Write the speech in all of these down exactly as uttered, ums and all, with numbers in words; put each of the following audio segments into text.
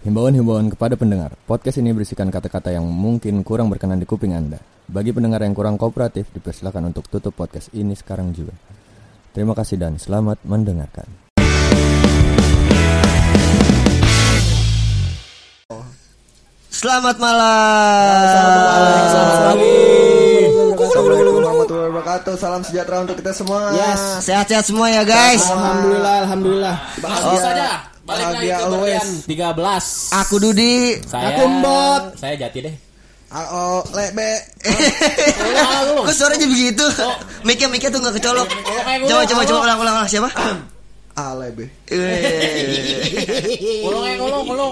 Himbauan-himbauan kepada pendengar. Podcast ini berisikan kata-kata yang mungkin kurang berkenan di kuping Anda. Bagi pendengar yang kurang kooperatif, dipersilakan untuk tutup podcast ini sekarang juga. Terima kasih dan selamat mendengarkan. Selamat malam. Selamat malam. Selamat pagi. Assalamualaikum warahmatullahi wabarakatuh. Salam sejahtera untuk kita semua. Yes, sehat-sehat semua ya guys. Alhamdulillah, alhamdulillah. Bahagia saja. Balik lagi ke bagian tiga belas. Aku Dudi. Saya Aku Mbot. Saya Jati deh. Oh, lebe. Kok suaranya begitu? Mic-nya mic-nya tuh enggak kecolok. Coba coba coba ulang ulang ulang siapa? Ah, lebe. Ulung ulung ulung.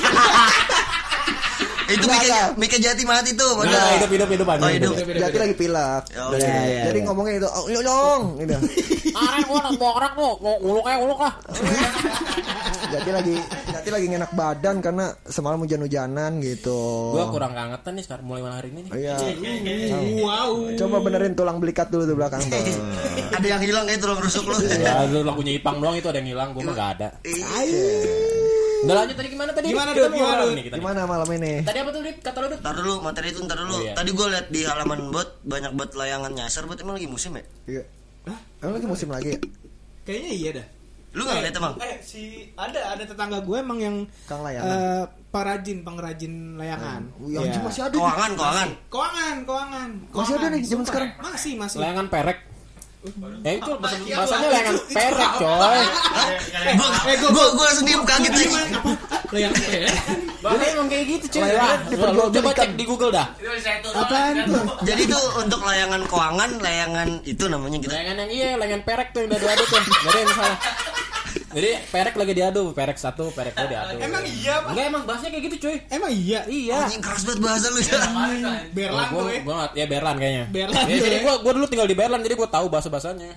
Itu mic-nya mic-nya Jati mati tuh. Nah, hidup hidup hidup Oh, hidup. Jati lagi pilek. Oh, Jadi, iya, iya, jadi iya. ngomongnya itu, oh, nyong, gitu. Arek gua nak borak lu, ulung kayak ulung lah. Jati lagi Jati lagi ngenak badan karena semalam hujan-hujanan gitu. Gua kurang kangetan nih sekarang mulai malam hari ini nih. Iya. Wow. Coba benerin tulang belikat dulu tuh belakang tuh. Ada yang hilang kayak tulang rusuk lu. Ya, lu lagunya Ipang doang itu ada yang hilang, gua mah enggak ada. Udah lanjut tadi gimana tadi? Gimana, Kita Dut? mau Gimana, ngomong Dut? nih kita nih. Gimana malam ini? Tadi apa tuh, Dit? Kata lu, Dit? Ntar dulu, materi itu ntar dulu. Oh, iya. Tadi gue liat di halaman bot banyak banget layangan nyasar. Bot emang lagi musim ya? Iya. Emang lagi musim lagi ya? Kayaknya iya dah. Lu nggak liat emang? Eh si ada ada tetangga gue emang yang Kang layangan. eh, parajin pengrajin layangan. Oh, yang Iya. masih ada. Koangan, koangan. Koangan, koangan. Masih ada nih, zaman Sumpah. sekarang? Masih, masih. Layangan perek. Ya itu bahasa- bahasanya layangan perek, coy. Gue gue gue langsung diem kaget lagi. Layangan perek. Bahasanya emang kayak gitu, cuy. Layangan Wah, diperjualbelikan. coba cek di Google dah. Apaan tuh? Jadi tuh untuk layangan koangan, layangan itu namanya gitu. Layangan yang iya, layangan perek tuh yang diadu-adu tuh. Jadi yang salah. Jadi perek lagi diadu, perek satu, perek dua diadu. Emang iya, Pak? Enggak, emang bahasanya kayak gitu, cuy. Emang iya. Iya. Anjing keras banget bahasa lu ya. Berlan gua, tuh ya. gua, gua, ya Berlan kayaknya. Berlan Ya, tuh jadi ya. gua gua dulu tinggal di Berlan, jadi gua tahu bahasa-bahasanya.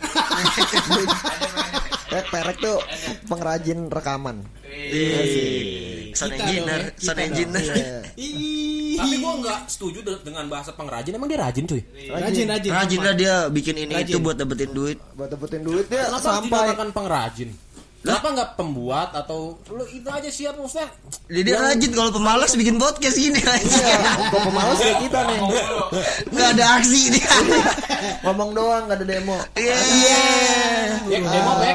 Eh, perek tuh pengrajin rekaman. Sound Kita engineer, dong ya, sound kita engineer. Iya. Ih. Tapi gua enggak setuju de- dengan bahasa pengrajin. Emang dia rajin, cuy. Rajin, rajin. Rajin lah dia bikin ini Rajin. itu buat dapetin duit. Buat dapetin duit dia Kenapa harus sampai dinamakan pengrajin? Kenapa enggak pembuat atau lu itu aja siap Ustaz? Dia, dia rajin kalau pemalas bikin podcast gini aja. iya, kok pemalas kayak kita nih. Nggak ada aksi dia. Ngomong doang enggak ada demo. Iya. Ya, demo back.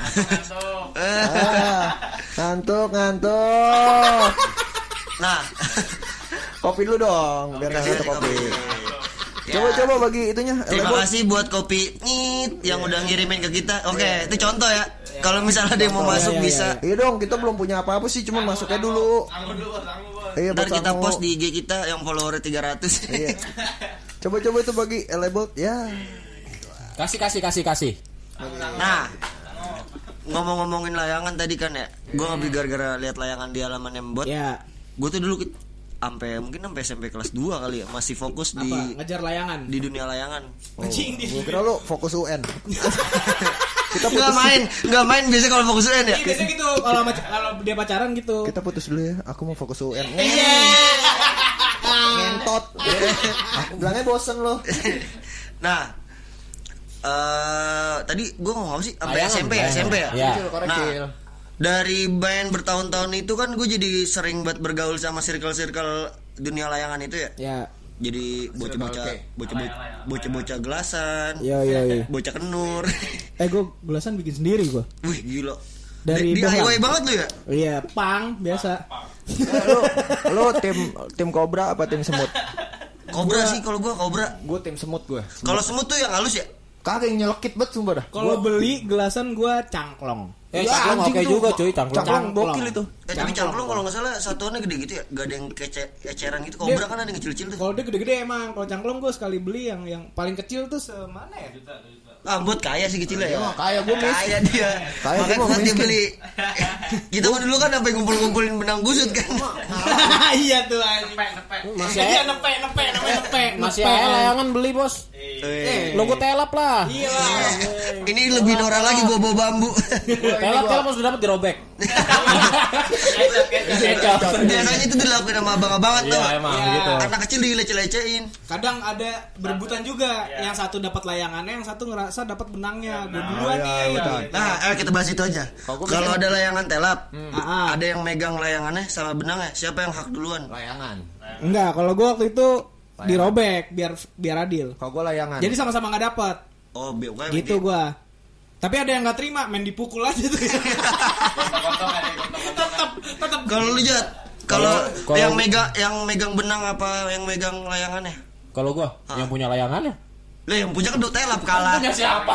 Ah, ngantuk, ngantuk. Nah, Kopi dulu dong, biar nggak ngantuk kopi. Coba-coba bagi itunya. terima label. kasih buat kopi Nyit yang udah ngirimin ke kita. Oke, itu contoh ya. Kalau misalnya ada yang mau masuk iya, bisa. Iya dong, kita belum punya apa-apa sih, cuma masuknya dulu. Iya, Ntar buat kita sangu. post di I G kita yang followernya tiga ratus. Iya. Coba-coba itu bagi label ya. Kasih kasih kasih kasih. Nah, ngomong-ngomongin layangan tadi kan ya. Gue ngambil gara-gara lihat layangan di halaman Embot. Ya. Gue tuh dulu ke- sampai mungkin sampai S M P kelas dua kali ya, masih fokus di Apa? Ngejar layangan. di dunia layangan. Oh, gua kira lu fokus U N. Kita Nggak putus main, nggak main biasa kalau fokus U N ya. Iya, biasanya gitu kalau sama- kalau dia pacaran gitu. Kita putus dulu ya. Aku mau fokus U N. Iya. Ngentot. Aku bilangnya bosen lo. Nah, eh tadi gue ngomong apa sih? Sampai Layangan, S M P ya, S M P ya. Iya. Nah, dari main bertahun-tahun itu kan gue jadi sering banget bergaul sama circle-circle dunia layangan itu ya. Ya. Jadi bocah-bocah, bocah-bocah, bocah-bocah gelasan, Iya, iya, iya. bocah kenur. Eh, gue gelasan bikin sendiri gue. Wih gila. Dari Di- D I Y bohlam. banget lu ya. Iya, pang biasa. Eh, lu lu tim tim kobra apa tim semut? Kobra sih kalau gue kobra. Gue tim semut gue. Kalau semut tuh yang halus ya. Kagak yang nyelekit banget sumpah dah. Kalau beli gelasan gue cangklong. Eh, Ya, cangklong anjing oke tuh. juga, cuy, cangklong. Cangklong Cangklong. gokil itu. Eh tapi cangklong kalau nggak salah satuannya gede gitu ya. Gak ada yang kece eceran gitu. Kobra kan ada yang kecil-kecil tuh. Kalau dia gede-gede emang. Kalau cangklong gue sekali beli yang yang paling kecil tuh semana ya? Ah, buat kaya sih kecilnya ya. Kaya gue mis. Kaya dia. Kaya Makanya gua kuat dia miskin. beli. Kita mah dulu kan sampai ngumpul-ngumpulin benang kusut kan. Iya tuh anjing. Masih Iya aja, nepe nepe nepe nepe. masih aja layangan beli, Bos. Eh. Logo telap lah. Iya lah. Ini lebih norak lagi bawa-bawa bambu. Telap telap harus dapat dirobek. Biasanya itu dilakuin sama abang-abangan tuh. Iya emang Iya. gitu. Anak kecil dilece-lecein. Kadang ada berebutan juga. Yang satu dapat layangannya, yang satu ngerasa dapat benangnya. Gue duluan iya, nih. betul. Nah, ayo kita bahas itu aja. Kalau ada layangan telap, Ah, ah. ada yang megang layangannya sama benangnya. Siapa yang hak duluan? Layangan. Enggak, kalau gue waktu itu dirobek biar biar adil. Kalau gue layangan. Jadi sama-sama nggak dapat. Oh, biar Gitu gue. Tapi ada yang nggak terima, main dipukul aja tuh. Tetap, tetap. Kalau lu Jat, kalau Kalau- yang megang yang megang benang apa yang megang layangannya? Kalau gua yang punya layangannya. Lah yang punya kan udah telap kalah. Punya siapa?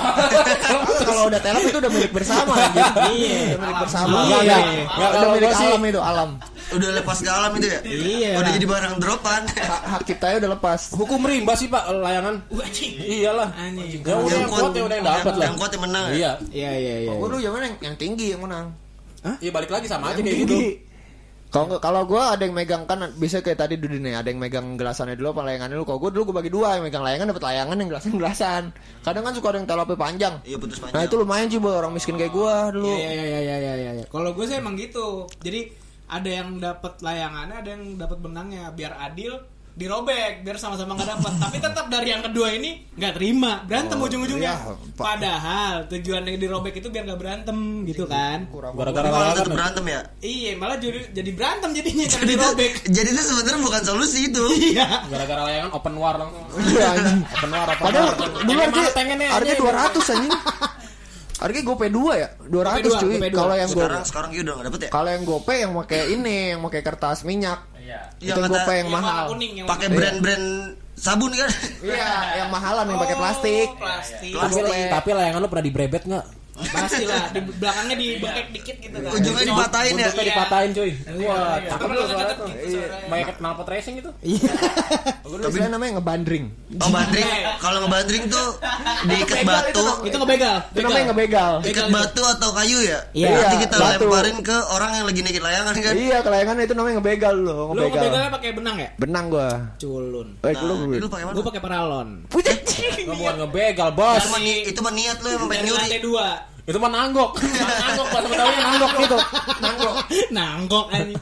Kalau udah telap itu udah milik bersama. Iya, udah milik bersama. Iya, Enggak, iya. enggak, udah milik alam itu, alam. Udah lepas ke alam itu ya? Iya Udah lah. jadi barang dropan. Hak, hak ciptanya udah lepas. Hukum rimba sih Pak layangan. Iyalah. Anjing. Ya udah yang kuat ya udah yang dapat lah. Yang kuat yang menang. Iya. Iya, iya, iya. Gue dulu zaman yang, yang tinggi yang menang. Iya balik lagi sama aja kayak gitu. Kalau kalau gue ada yang megang kan bisa kayak tadi Dudin nih, ada yang megang gelasannya dulu apa layangannya dulu. Kalau gue dulu gue bagi dua, yang megang layangan dapat layangan, yang gelasan gelasan. Kadang kan suka ada yang telapnya panjang. Iya putus Nah panjang. itu lumayan sih buat orang miskin kayak gue dulu. Iya, iya, iya, iya, iya, iya. Kalau gue sih emang gitu. Jadi ada yang dapat layangannya, ada yang dapat benangnya. Biar adil, dirobek, biar sama-sama nggak dapat. Tapi tetap dari yang kedua ini nggak terima, berantem ujung-ujungnya. iya, Pak. Padahal tujuannya dirobek itu biar nggak berantem, gitu kan? Gara-gara Tapi malah tetap layangan. berantem ya. Iya, malah jadi jadi berantem jadinya karena Jadi itu, dirobek. jadi itu sebenarnya bukan solusi itu. Iya. Gara-gara layangan open war langsung. Iya, anjing. Open war apa? Padahal dulu harga pengennya harganya dua ratus anjing. Harganya GoPay dua ya? dua ratus GoPay dua, cuy. GoPay dua. Kalau yang Go Sekarang sekarang dia udah nggak dapet ya. kalau yang GoPay yang pakai ini, yang pakai kertas minyak. Iya, Itu yang kata- GoPay yang Yang warna mahal. kuning, yang Pakai warna- brand-brand sabun kan. Iya, yang mahalan yang pakai Oh, plastik. plastik. Tapi, tapi layangan lu pernah dibrebet nggak? Pasti lah, di belakangnya dibengkek dikit gitu kan. Ujungnya dipatahin ya. Buntutnya dipatahin cuy. Wah, Tapi cakep kalau lu suara tetap tuh. gitu suaranya. Banyak knalpot racing itu. Iya. Gue dulu istilahnya namanya ngebandring. Oh bandring, kalau ngebandring tuh diikat Begal batu, itu dong. Itu ngebegal. Itu namanya ngebegal. ikat batu atau kayu ya. Iya, Nanti kita batu. lemparin ke orang yang lagi naikin layangan kan. Iya, kelayangan itu namanya ngebegal loh, Lu ngebegal. ngebegalnya pakai benang ya? Benang gua. Culun. Eh, Nah, lu lu pakai mana? Gue pakai paralon. Nggak bukan ngebegal, bos. Itu mah ni- itu mah niat lu yang pengen Dari nyuri. lantai dua. Itu mah nanggok. Nanggok bahasa Betawinya nanggok gitu. Nanggok. Nanggok anjing.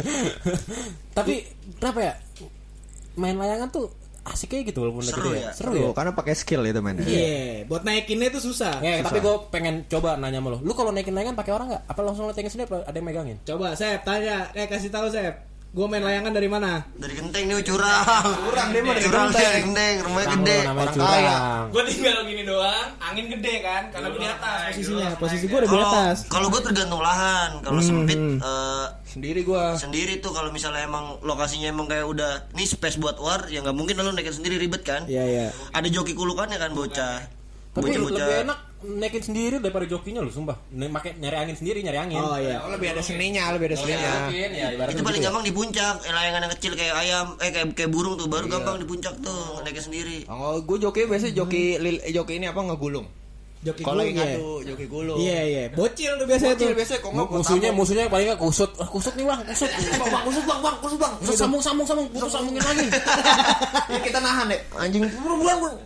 Tapi kenapa ya? Main layangan tuh asik kayak gitu walaupun Seru gede ya? Seru ya. Tuh, karena pakai skill itu mainnya. Iya, buat naikinnya itu susah. Ya, tapi gue pengen coba nanya sama lo. Lu kalau naikin layangan pakai orang nggak? Apa langsung lo naikin sendiri? Apa ada yang megangin? Coba Sep tanya, eh kasih tahu Sep. Gue main layangan dari mana? Dari genteng nih curang. Curang, dia mah dari curang genteng. dari genteng, rumahnya Orang gede. lo namanya orang curang. Gue tinggal gini doang, angin gede kan, karena gue di atas posisinya. Posisi gue udah di Kalau atas. kalau gue tergantung lahan. Kalau sempit eh, Sendiri gua. sendiri tuh kalau misalnya emang lokasinya emang kayak udah nih space buat war ya nggak mungkin lu naikin sendiri ribet kan. Iya, iya. Ada joki kulukannya kan bocah. Tapi Bocah-bocah. lebih enak naikin sendiri daripada jokinya lo, sumpah. Nih, Make nyari angin sendiri, nyari angin. Oh iya. Oh, lebih ada seninya, lebih ada seninya. Mungkin ya ibaratnya Itu paling gitu ya. gampang di puncak. Eh, layangan yang kecil kayak ayam, eh kayak kayak burung tuh baru gampang di puncak tuh naikin sendiri. Oh, gua joki biasanya joki lil, eh, joki ini apa ngegulung. Joki Kalau gulung lagi ya. ngadu, joki gulung. Iya, iya. Bocil tuh biasanya tuh. Bocil biasanya kok nggak gua Musuhnya tampung. musuhnya paling nggak kusut. Ah, kusut nih bang, kusut. Bang, bang, kusut bang, bang, kusut bang. Kusut sambung sambung sambung, putus sambungin lagi. Ya, kita nahan deh. Anjing buruan bang.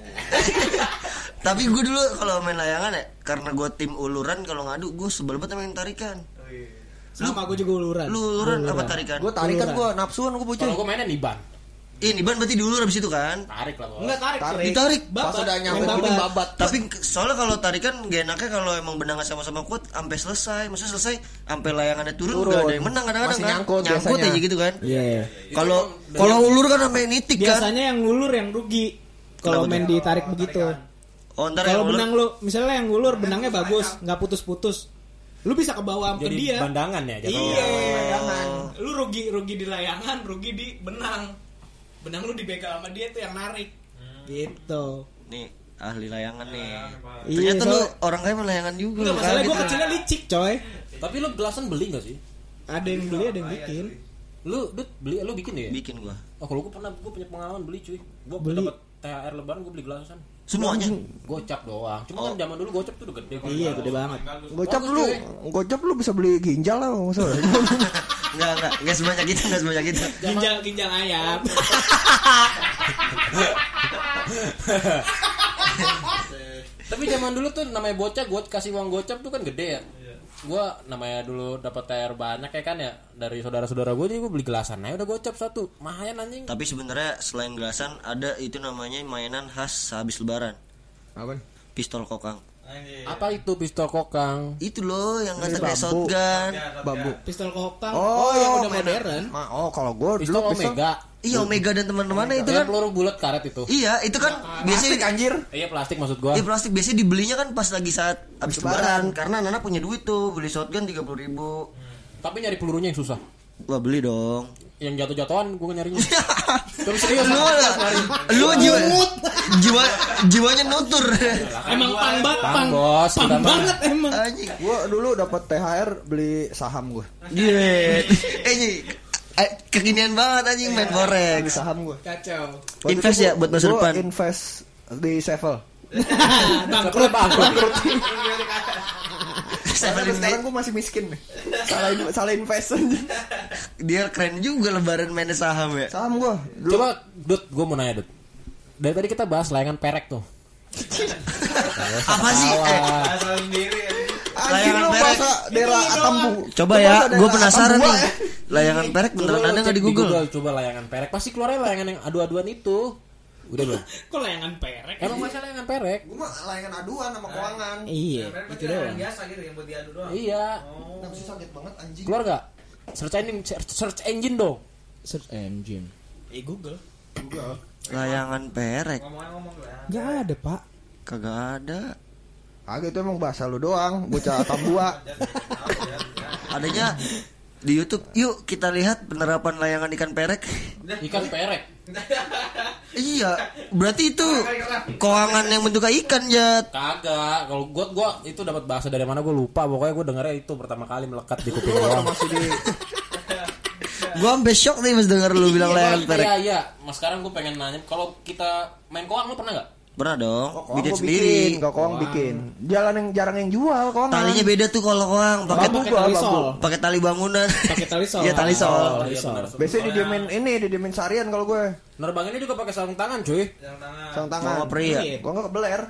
Tapi gue dulu kalau main layangan ya, karena gue tim uluran kalau ngadu gue sebel banget main tarikan. Sama gue juga uluran. Lu uluran apa tarikan? Gua tarikan gua nafsuan gua bocil. Kalau gue mainnya niban, Ini ban berarti diulur abis itu kan? tarik lah bos. Enggak tarik. Tarik. Ditarik. Pas Babat. udah nyampe Main gini babat. babat. Tapi soalnya kalau tarikan gak enaknya kalau emang benangnya sama-sama kuat sampai selesai. Maksudnya selesai sampai layangannya turun, Turun. gak ada yang menang kadang-kadang Masih kan. nyangkut nyangkut biasanya. aja gitu kan. Iya. iya. Kalau kalau ulur kan sampai nitik kan. Biasanya yang ngulur yang rugi. Kalau Kenapa main tuh? ditarik begitu. Oh, ntar Kalau yang ulur benang lu, misalnya yang ngulur benangnya bagus, nggak putus-putus. Lu bisa ke bawah ke Jadi dia. bandangan ya jatuhnya. Iya. Lu rugi rugi di layangan, rugi di benang. Benang lu dibegal sama dia tuh yang narik. Gitu. nih ahli layangan nih. Iya, Ternyata lu soalnya- orang kaya main layangan juga. Enggak, masalahnya kaget gue lu. kecilnya licik, coy. Tapi lu gelasan beli nggak sih? Ada yang beli, ada yang bikin. Lu Dut, beli lu bikin ya? Bikin gua. Oh kalau gue pernah gue punya pengalaman beli cuy. Gue Beli. dapat T H R lebaran gue beli gelasan. Semuanya. Gocap doang. Cuma kan zaman dulu gocap tuh udah gede. Iya, gede banget. Gocap Bagus, lu, cuy. gocap lu bisa beli ginjal lah masalah. Enggak, enggak, enggak sebanyak itu, enggak sebanyak itu. Ginjal ginjal ayam. Tapi zaman dulu tuh namanya bocah, gue kasih uang gocap tuh kan gede ya. Gue namanya dulu dapat T H R banyak ya kan ya dari saudara-saudara gue, jadi gue beli gelasan aja udah gocap satu, lumayan anjing. Tapi sebenarnya selain gelasan ada itu namanya mainan khas habis lebaran. Apa? Pistol kokang. Apa itu pistol kokang? Itu loh yang kata Ini kayak bambu. shotgun. Bambu. Pistol kokang. Oh, Oh, yang udah mainan. modern. Ma- oh, kalau gue Pistol dulu pistol Omega. Iya Omega dan teman-temannya itu Yang kan. peluru bulat karet itu. Iya itu kan plastik biasanya. anjir. Iya plastik maksud gua. Iya plastik biasanya dibelinya kan pas lagi saat habis Lebaran. lebaran. Karena anak punya duit tuh beli shotgun tiga puluh ribu. Tapi nyari pelurunya yang susah. Wah beli dong. Yang jatuh-jatuhan gua nyarinya. Terus serius Lu nyari. lu jiwa jiwa jiwanya nutur. Emang pang banget, Pang, pang. bos, Pang kita mah. banget emang. Anjing. Gue dulu dapat T H R beli saham gue. Iya. Eh Ji, eh, kekinian banget anjing main forex. Saham gue. Kacau. Invest ya buat masa depan. Invest di Sevel. Bangkrut, bangkrut. Sampai sekarang gue masih miskin nih. Salah in- salah invest aja. Dia keren juga lebaran main saham ya. Saham gue. Dulu Coba Dut, gua mau nanya Dut. Dari tadi kita bahas layangan perek tuh. Apa sih? Eh, anjing layangan lu perek. bahasa daerah Atambu. coba Lu ya, bahasa gue daerah penasaran Atambua nih. ya. Layangan perek beneran Coba ada lu nggak cek di Google? Coba layangan perek. Pasti keluarnya layangan yang adu-aduan itu. Udah belum? Kok layangan perek? Emang masa layangan perek? Gue mah layangan aduan sama keuangan. Iya, itu doang. biasa gitu yang buat diadu doang. Iya. Kenapa sih sakit banget anjing? Keluar gak? Search engine, search engine dong. Search engine. Eh Google. Layangan perek Ngomong-ngomong lah. Gak ada, Pak. kagak ada. Agak itu emang bahasa lu doang, bocah Atambua. Adanya di YouTube. Yuk kita lihat penerapan layangan ikan perek. Ikan perek. Iya, berarti itu koangan yang bentuknya ikan Jat. Kagak. Kalau gua gua itu dapat bahasa dari mana gua lupa. Pokoknya gua dengernya itu pertama kali melekat di kuping gua. Masih di Gua sampai shock nih pas denger lu bilang layangan perek. Iya iya. Mas sekarang gua pengen nanya, kalau kita main koang lu pernah nggak? Pernah dong, koang bikin gua sendiri. bikin, kok koang bikin. Jalan yang jarang yang jual koang. Talinya beda tuh kalau koang, pakai Bambu pakai tali sol. pakai tali bangunan. Pakai tali sol. Iya tali sol. Oh, iya benar. Biasanya di diemin ini, di diemin sarian kalau gue. Nerbanginnya juga pakai sarung tangan, cuy. Yang tangan. Sarung tangan. Mama pria. Iya. Gua enggak kebeler.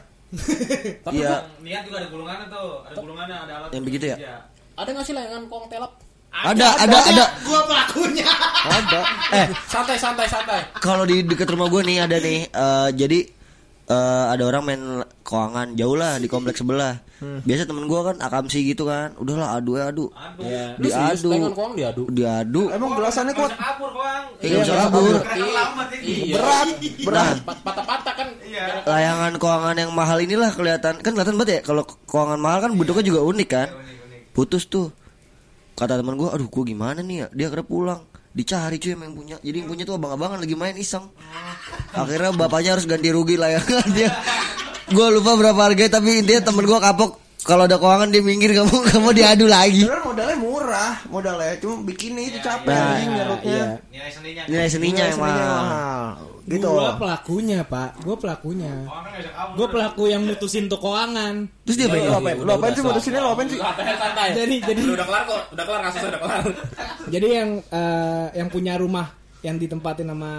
Tapi Iya. gua- Niat juga ada gulungannya tuh. Ada gulungannya, ada alat. Yang begitu ya? Iya. ada nggak sih layangan koang telap? Ada, ada, ada. Gua pelakunya. Ada. Eh, Santai santai santai. kalau di dekat rumah gue nih ada nih. eh, jadi eh, ada orang main koangan jauh lah di kompleks sebelah. Biasa temen gue kan akamsi gitu kan. Udahlah adu ya adu. Iya. Lu serius Diadu. layangan koang diadu. Diadu. Emang gelasannya kuat. Kabur koang. Iya, nggak usah kabur. Lambat ini. Iya. Berat, berat. Pat- Patah-patah kan. Iya. Layangan koangan yang mahal inilah kelihatan kan kelihatan banget ya. Kalau koangan mahal kan bentuknya juga unik kan. Putus tuh. Kata teman gue, aduh gue gimana nih ya. Dia akhirnya pulang. Dicari cuy yang punya. Jadi yang punya tuh abang-abangan lagi main iseng. Akhirnya bapaknya harus ganti rugi layangan dia. Gue lupa berapa harganya tapi intinya temen gue kapok. Kalau ada koangan dia minggir kamu kamu diadu lagi. Sebenarnya modalnya murah, modalnya cuma bikinnya itu capek Nah, anjing nyarutnya. Iya. Nilai seninya. Nilai seninya yang Seninya mahal. Gitu. Gua pelakunya, Pak. Gua pelakunya. Koang kan nggak bisa kabur. Gua pelaku yang mutusin tuh koangan. Terus dia Lu pengen apain? Lu apain sih mutusinnya lu apain sih? Santai santai. Jadi jadi Udah kelar kok. Udah kelar kasusnya udah kelar. jadi yang eh, yang punya rumah yang ditempatin sama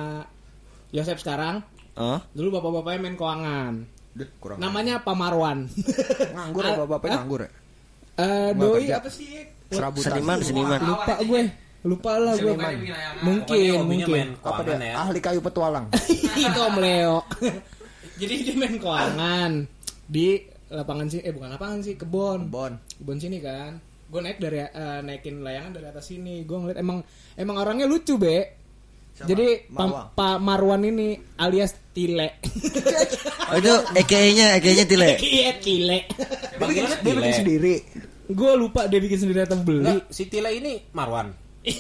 Yosep sekarang, Hah? dulu bapak-bapaknya main koangan. Duh, kurang. Namanya Pak Marwan. Nganggur ya bapak-bapaknya Hah? nganggur ya? Eh, Nggak doi kerja. apa sih? Serabutan. Seniman, seniman. Lupa gue. Lupa lah gue. Bukannya bikin layangan. Mungkin, Pokoknya hobinya mungkin. main Apa dia? koangan ya. Ahli kayu petualang. Itu Om Leo. Jadi dia main koangan di lapangan sini, eh bukan lapangan sih, kebon. Bon. Kebon sini kan. Gue naik dari eh, naikin layangan dari atas sini. Gue ngeliat emang emang orangnya lucu, Be. Jadi Marwan. Pam- Pak Marwan ini alias Tile. Oh, itu E K E-nya, E K E-nya Tile. Iya, Tile. Dia bikin, Panggilannya dia bikin Tile. sendiri. Gue lupa dia bikin sendiri atau beli. Enggak, si Tile ini Marwan.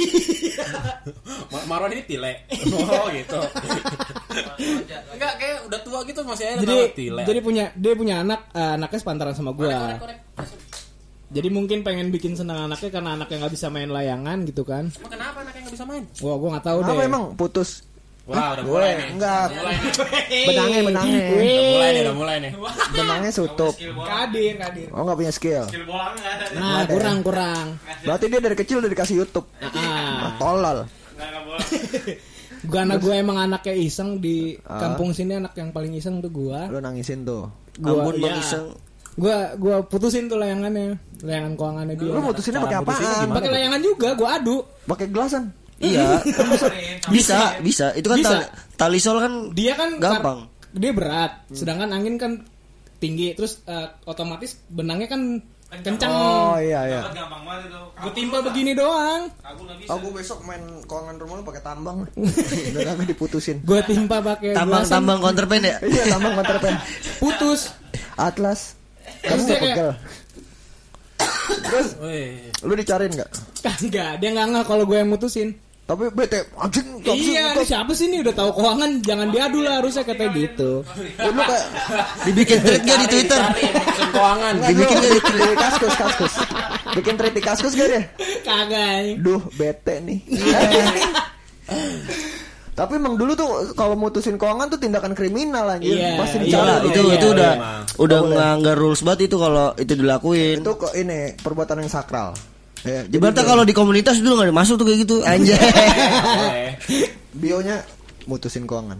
Ma- Marwan ini Tile. Oh gitu. Enggak kayak udah tua gitu masih aja Jadi nama Tile. jadi punya dia punya anak, eh, anaknya sepantaran sama gue. Korek, korek, korek. Jadi mungkin pengen bikin senang anaknya karena anaknya nggak bisa main layangan gitu kan. Emang kenapa anaknya nggak bisa main? Wah, gue nggak tahu deh. Apa emang putus? Wah, udah Gue mulai nih. enggak. Udah mulai nih. Benangnya, benangnya. Udah mulai nih, udah mulai nih. Benangnya sutup. Skill bola. Kadir, kadir. Oh enggak punya skill. Skill bola nggak ada. Nah, ada. kurang kurang. Berarti dia dari kecil udah dikasih YouTube. Ah. Tolol. Nggak nggak boleh. Gua anak gue emang anaknya iseng di kampung sini, anak yang paling iseng tuh gua. Lu nangisin tuh. Gua Ampun Bang ya, Iseng. Gua gua putusin tuh layangannya, layangan keuangannya dia. Lu mutusinnya pakai Cara mutusinnya apaan? gimana? Pakai layangan juga, gua adu. Pakai gelasan. Iya. bisa, bisa. Itu kan Bisa. tali, tali sol kan Dia kan gampang. kar- dia berat, sedangkan angin kan tinggi, terus eh, otomatis benangnya kan kencang. Oh iya iya. Dapat gampang banget itu. Gue timpa begini doang. Aku nggak bisa. Oh, gue besok main keuangan rumah lu pakai tambang. Udah kagak diputusin. Gue timpa pakai gelasan, Tambang-tambang counterpan ya. Iya, tambang kontrapen. putus. Atlas. Terus Kamu dia gak kayak- pegel. Terus Weh. lu dicariin enggak? Kagak, dia nggak nggak kalau gue yang mutusin. Tapi bete anjing. Iya, ini siapa sih nih udah tahu keuangan, jangan diadu lah harusnya katanya gitu. Lu kayak Dibikin thread gak di Twitter? Cari mutusin keuangan. dibikin di, di kaskus kaskus. Bikin tweet di kaskus gak deh? Kagak. Duh, bete nih. Tapi emang dulu tuh kalau mutusin keuangan tuh tindakan kriminal anjir. Iya, Pasti iya, dicari. Iyalah, iya, itu iya, itu iya, udah emang. udah Nggak boleh. nggak rules banget itu kalau itu dilakuin. Itu kok ini perbuatan yang sakral. Ya, jadi Ibaratnya bio- kalau di komunitas dulu nggak ada masuk tuh kayak gitu, anjay. Eh. bionya mutusin keuangan.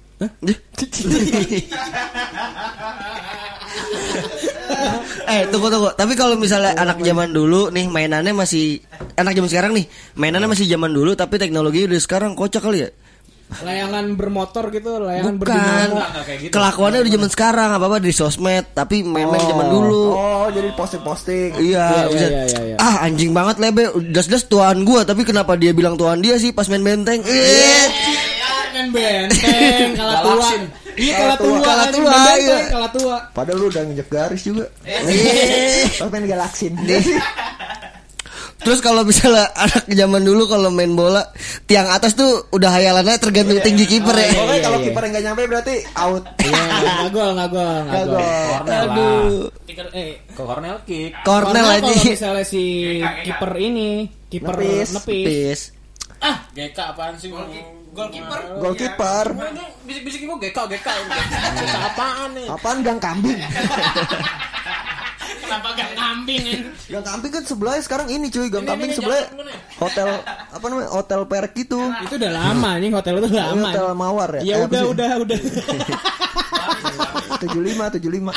eh tunggu tunggu. Tapi kalau misalnya anak zaman dulu nih mainannya masih anak zaman sekarang nih mainannya masih zaman dulu tapi teknologi udah sekarang kocak kali ya. Layangan bermotor gitu, layangan Bukan. berdinamo. kayak gitu. Kelakuannya udah zaman sekarang apa apa di sosmed tapi main-main zaman dulu. Oh, jadi posting-posting. Iya, Iya, bisa. iya, iya, iya. Ah anjing banget lebe, jelas-jelas tuan gua tapi kenapa dia bilang tuan dia sih pas main benteng? Eh, Kan benteng, kalah tua. Galaksin. Iya, kalah tua, Kalah anjing, tua, main benteng, iya. kalah tua. Padahal lu udah nginjek garis juga. eh. Pas main galaksin. Terus kalau misalnya anak zaman dulu kalau main bola tiang atas tuh udah hayalannya tergantung tinggi kiper ya. Pokoknya kalau iya. kiper yang gak nyampe berarti out. Iya, nggak gol, nggak gol, nggak Nggak gol. gol. Corner lah. Aduh. Kicker, eh, Ke corner kick. Cornel Karena aja. kalau misalnya si kiper ini, kiper Nepis. nepis. Pis. Ah, G K apaan sih? Gol kiper. Gol kiper. Bisik-bisik gua G K G K. G K apaan nih? Apaan gang kambing? kenapa gak kambing ya? Gang kambing kan sebelahnya sekarang ini cuy, gang Ini, kambing ini, sebelah jangan, mana? hotel apa namanya? Hotel Perk gitu. Itu udah lama nih, hotel itu udah lama. Hotel Mawar ya? Ya Eh, apa udah, sih? udah, udah. tujuh puluh lima tujuh puluh lima.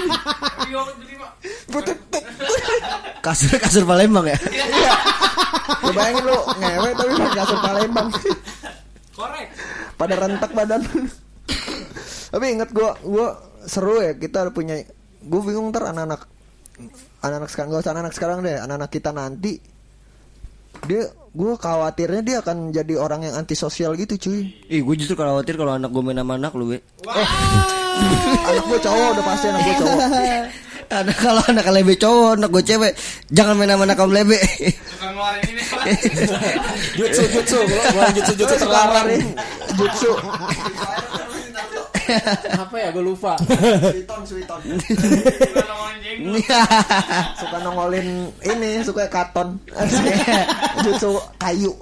Kasur kasur Palembang ya. Iya. Lu bayangin lu ngewe tapi pakai kasur Palembang. Korek. Pada rentak badan. Tapi inget gua gua seru ya kita punya. Gue bingung ntar anak-anak anak-anak sekarang gak usah anak-anak sekarang deh, anak-anak kita nanti dia gue khawatirnya dia akan jadi orang yang antisosial gitu cuy. Ih, gue justru khawatir kalau anak gue main sama anak lu, be. Anak gue cowok udah pasti anak gue cowok. Anak kalau anak lebe cowok, anak gue cewek, jangan main sama anak kaum lebe. Suka ngeluarin ini. Jutsu jutsu. Gua jutsu jutsu Terus terlarang. keluarin jutsu. Apa ya? Gue lupa. Switon Switon. Suka ngomongin jenggot. Suka nongolin ini suka katon. Jutsu kayu.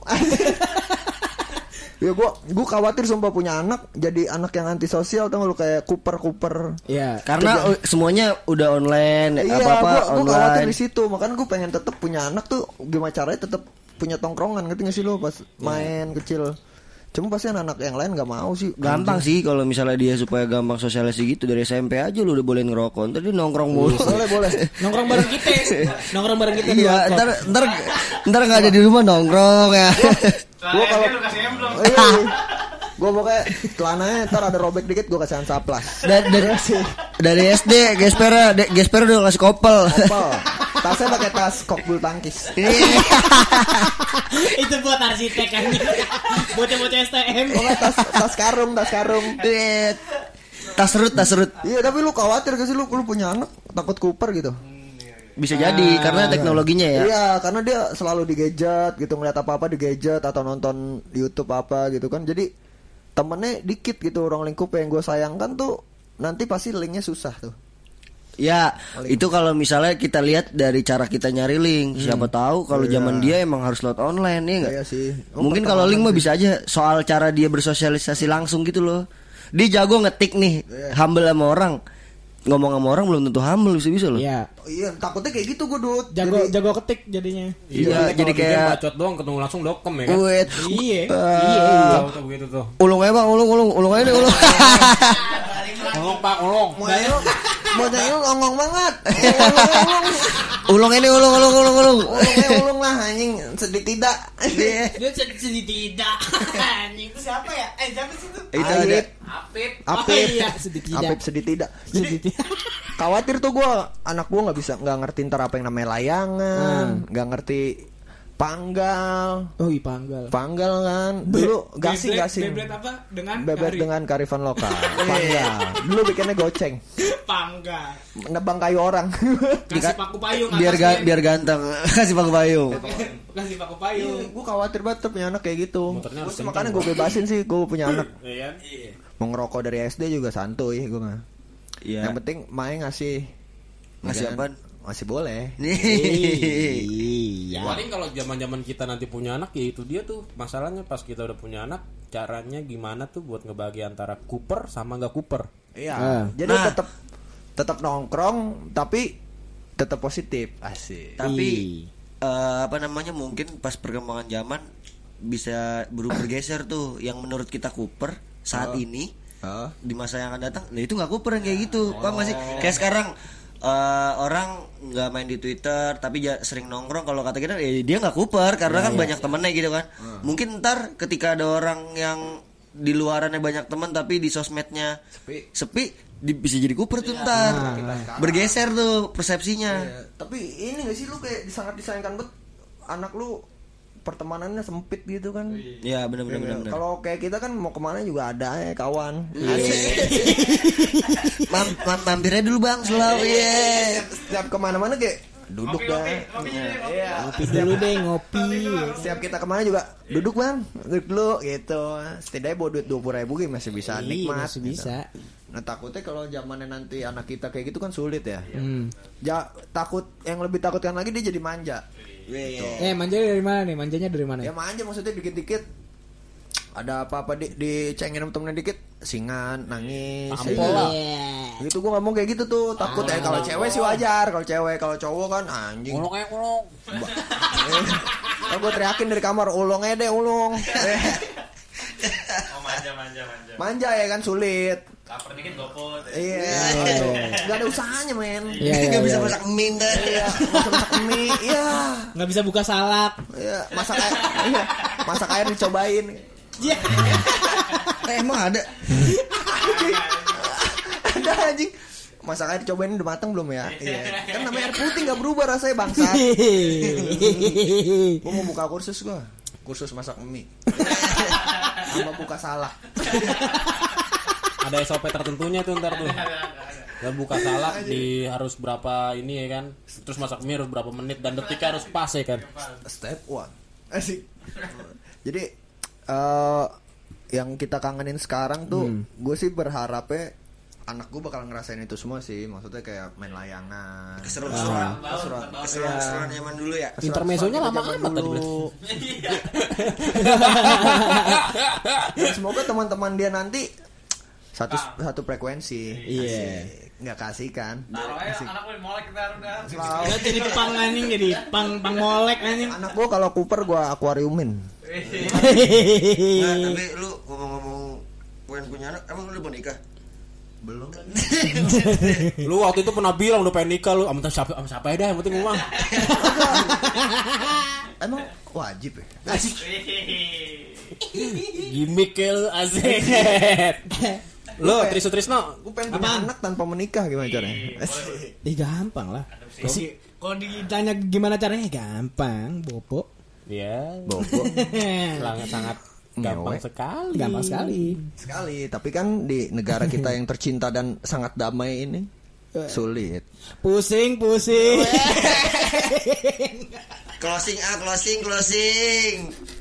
Ya gua gua khawatir sumpah punya anak jadi anak yang antisosial tau gak lu kayak Cooper-Cooper. Iya. Karena uh, semuanya udah online, Iya, apa-apa gua, gua khawatir online. di situ. Makanya gua pengen tetap punya anak tuh gimana caranya tetap punya tongkrongan, ngerti gak sih lu pas main kecil. Cuma pasti anak-anak yang lain gak mau sih. Gampang sih kalau misalnya dia supaya gampang sosialisasi gitu dari S M P aja lu udah boleh ngerokok. Ntar dia nongkrong mulu. Boleh boleh. Nongkrong bareng kita. Nongkrong bareng kita di Iya, warkop. ntar ntar ntar nggak ada di rumah nongkrong ya. Gua kalau lu kasih emblem. Iya. Gua pokoknya celananya ntar ada robek dikit gua kasih saplas. dari dari, dari S D Gespera de- Gespera udah ngasih kopel. Opal. Tasnya pakai tas kok bulu tangkis. Itu buat arsitek kan. Bocah-bocah S T M. Pokoknya tas tas karung, tas karung. Eh, tas serut tas serut. Iya, tapi lu khawatir gak sih lu lu punya anak takut Cooper gitu? Bisa jadi karena teknologinya ya. Iya, karena dia selalu di gadget gitu, ngeliat apa-apa di gadget atau nonton YouTube apa gitu kan. Jadi temennya dikit gitu orang lingkup yang gue sayangkan tuh nanti pasti linknya susah tuh. Ya, itu kalau misalnya kita lihat dari cara kita nyari link, siapa tahu kalau zaman dia emang harus load online ya enggak? Iya sih. Oh, Mungkin kalau link mah bisa aja soal cara dia bersosialisasi langsung gitu loh. Dia jago ngetik nih, humble sama orang. ngomong sama orang belum tentu hamil bisa-bisa loh. Iya. Oh, iya, takutnya kayak gitu gue Dut. Jago Jadi- jago ketik jadinya. Iya, jadi kayak bacot doang ketemu langsung dokem ya kan. Wait. Iya. Eh, Iya. Tahu tuh begitu tuh. Ulung aja bang, ulung, ulung, ulung aja deh ulung. Ngomong Pak, ngomong. Mau ayo, mau ayo ngomong banget. Ulung, ulung, Ulung ini ulung, ulung, ulung, ulung. ulung, ulung, ulung lah anjing, sedih tidak. Dia sedih tidak. Anjing itu siapa ya? Eh, siapa sih itu? Itu ada. Apit. Apip, Oh, iya, sedih tidak. Apip sedih tidak. Sedih Jadi tidak. khawatir tuh gue, anak gue nggak bisa, nggak ngerti ntar apa yang namanya layangan, nggak ngerti panggal, Oh, iya panggal. panggal kan. Dulu gasing Beyblade- gasing. Beyblade apa? Dengan Bebet kari. dengan karifan lokal. Panggal. Dulu bikinnya goceng, Panggal. nebang kayu orang. Kasih paku payung Biar ga, atasnya. biar ganteng. Kasih pakai payung. Kasih paku payung. Gue khawatir banget tuh punya anak kayak gitu. Motornya Gua harus sih makanya gue bebasin sih gue punya anak. Iya. Mau ngerokok dari S D juga santuy gue mah. Iya. Yang penting Mae ngasih Ngasih Jangan- apaan? Masih boleh. Nih. Iya. Paling kalau zaman-zaman kita nanti punya anak ya itu dia tuh masalahnya pas kita udah punya anak caranya gimana tuh buat ngebagi antara Cooper sama nggak Cooper. Iya. Ah. Jadi Nah. tetap tetap nongkrong tapi tetap positif. Asik. Tapi Ih. eh, apa namanya mungkin pas perkembangan zaman bisa berubah bergeser tuh yang menurut kita Cooper saat ini Oh. di masa yang akan datang. Nah itu nggak Cooper yang kayak gitu. Paham nggak sih? Kayak sekarang eh, orang nggak main di Twitter tapi ja- sering nongkrong. Kalau kata kita eh, dia nggak Cooper karena kan banyak temennya gitu kan. Mungkin ntar ketika ada orang yang di luarannya banyak teman tapi di sosmednya Sepi. sepi di- bisa jadi Cooper tuh ntar. Bergeser tuh persepsinya. Iya. Tapi ini gak sih lu kayak sangat disayangkan banget anak lu pertemanannya sempit gitu kan. Iya benar benar Iya, benar. benar. Kalau kayak kita kan mau kemana juga ada ya kawan. Mam- mam- mampirnya dulu bang selalu ya. Setiap kemana-mana kayak duduk dah. Iya. Ngopi dulu deh, ngopi. Setiap kita kemana juga duduk bang, duduk dulu gitu. Setidaknya bawa duit dua puluh ribu gitu masih bisa Iya, nikmat. masih gitu. bisa. Nah takutnya kalau zamannya nanti anak kita kayak gitu kan sulit ya. Hmm. Ja, takut yang lebih takutkan lagi dia jadi manja. Eh, manjanya dari mana nih? Manjanya dari mana? Ya manja maksudnya dikit-dikit ada apa-apa di dicengin sama temennya dikit singan nangis Tampol lah. Iya. gitu. Gue ngomong kayak gitu tuh takut Ah. eh kalau cewek sih wajar, kalau cewek kalau cowok kan anjing. Ngolong aja ngolong. Kalau gue teriakin dari kamar ulung aja deh ulung. Eh, Oh manja manja manja. manja ya kan sulit. Lapar dikit gopot. Iya, nggak ada usahanya men. Iya, iya, Nggak bisa iya. masak mie ntar. Iya, masak masak mie, iya, Nggak bisa buka salak. iya, masak air, iya, masak air dicobain. Iya. Eh, emang ada. Ada anjing. Masak air dicobain udah matang belum ya? Iya. Kan namanya air putih nggak berubah rasanya bangsa. Gue mau buka kursus gue, kursus masak mie. Sama buka salak. Ada S O P tertentunya tuh ntar tuh. Dan buka salak di harus berapa ini ya kan. Terus masak mie harus berapa menit dan detiknya harus pas ya kan. Step one. Asik. Jadi eh yang kita kangenin sekarang tuh, gue sih berharapnya anak gue bakal ngerasain itu semua sih. Maksudnya kayak main layangan. Keseruan-keseruan. Keseruan. Keseruan zaman dulu ya. Intermezzonya lama Zaman amat tadi dulu. Dan semoga teman-teman dia nanti satu satu frekuensi. Iya. Asik. Nggak kasih kan? Taruh aja anak gue molek kita udah. Udah jadi pang anjing, jadi pang pang molek anjing. Anak gue kalau Cooper gue akuariumin. Nah, tapi lu ngomong-ngomong pengen punya anak, emang lu udah mau nikah? Belum. Lu waktu itu pernah bilang udah pengen nikah lu. Sama siapa sama siapa aja dah yang penting ngomong. Emang wajib ya? Asik. Gimik ya lu asik. Lu Trisno Trisno. Gue pengen punya anak tanpa menikah gimana caranya? Ih, gampang lah. Sih, kalau ditanya gimana caranya gampang, Bobo. Ya, Bobo. sangat sangat gampang Ngewe. sekali. Gampang sekali. Sekali, tapi kan di negara kita yang tercinta dan sangat damai ini sulit. Pusing, pusing. Closing ah, closing, closing.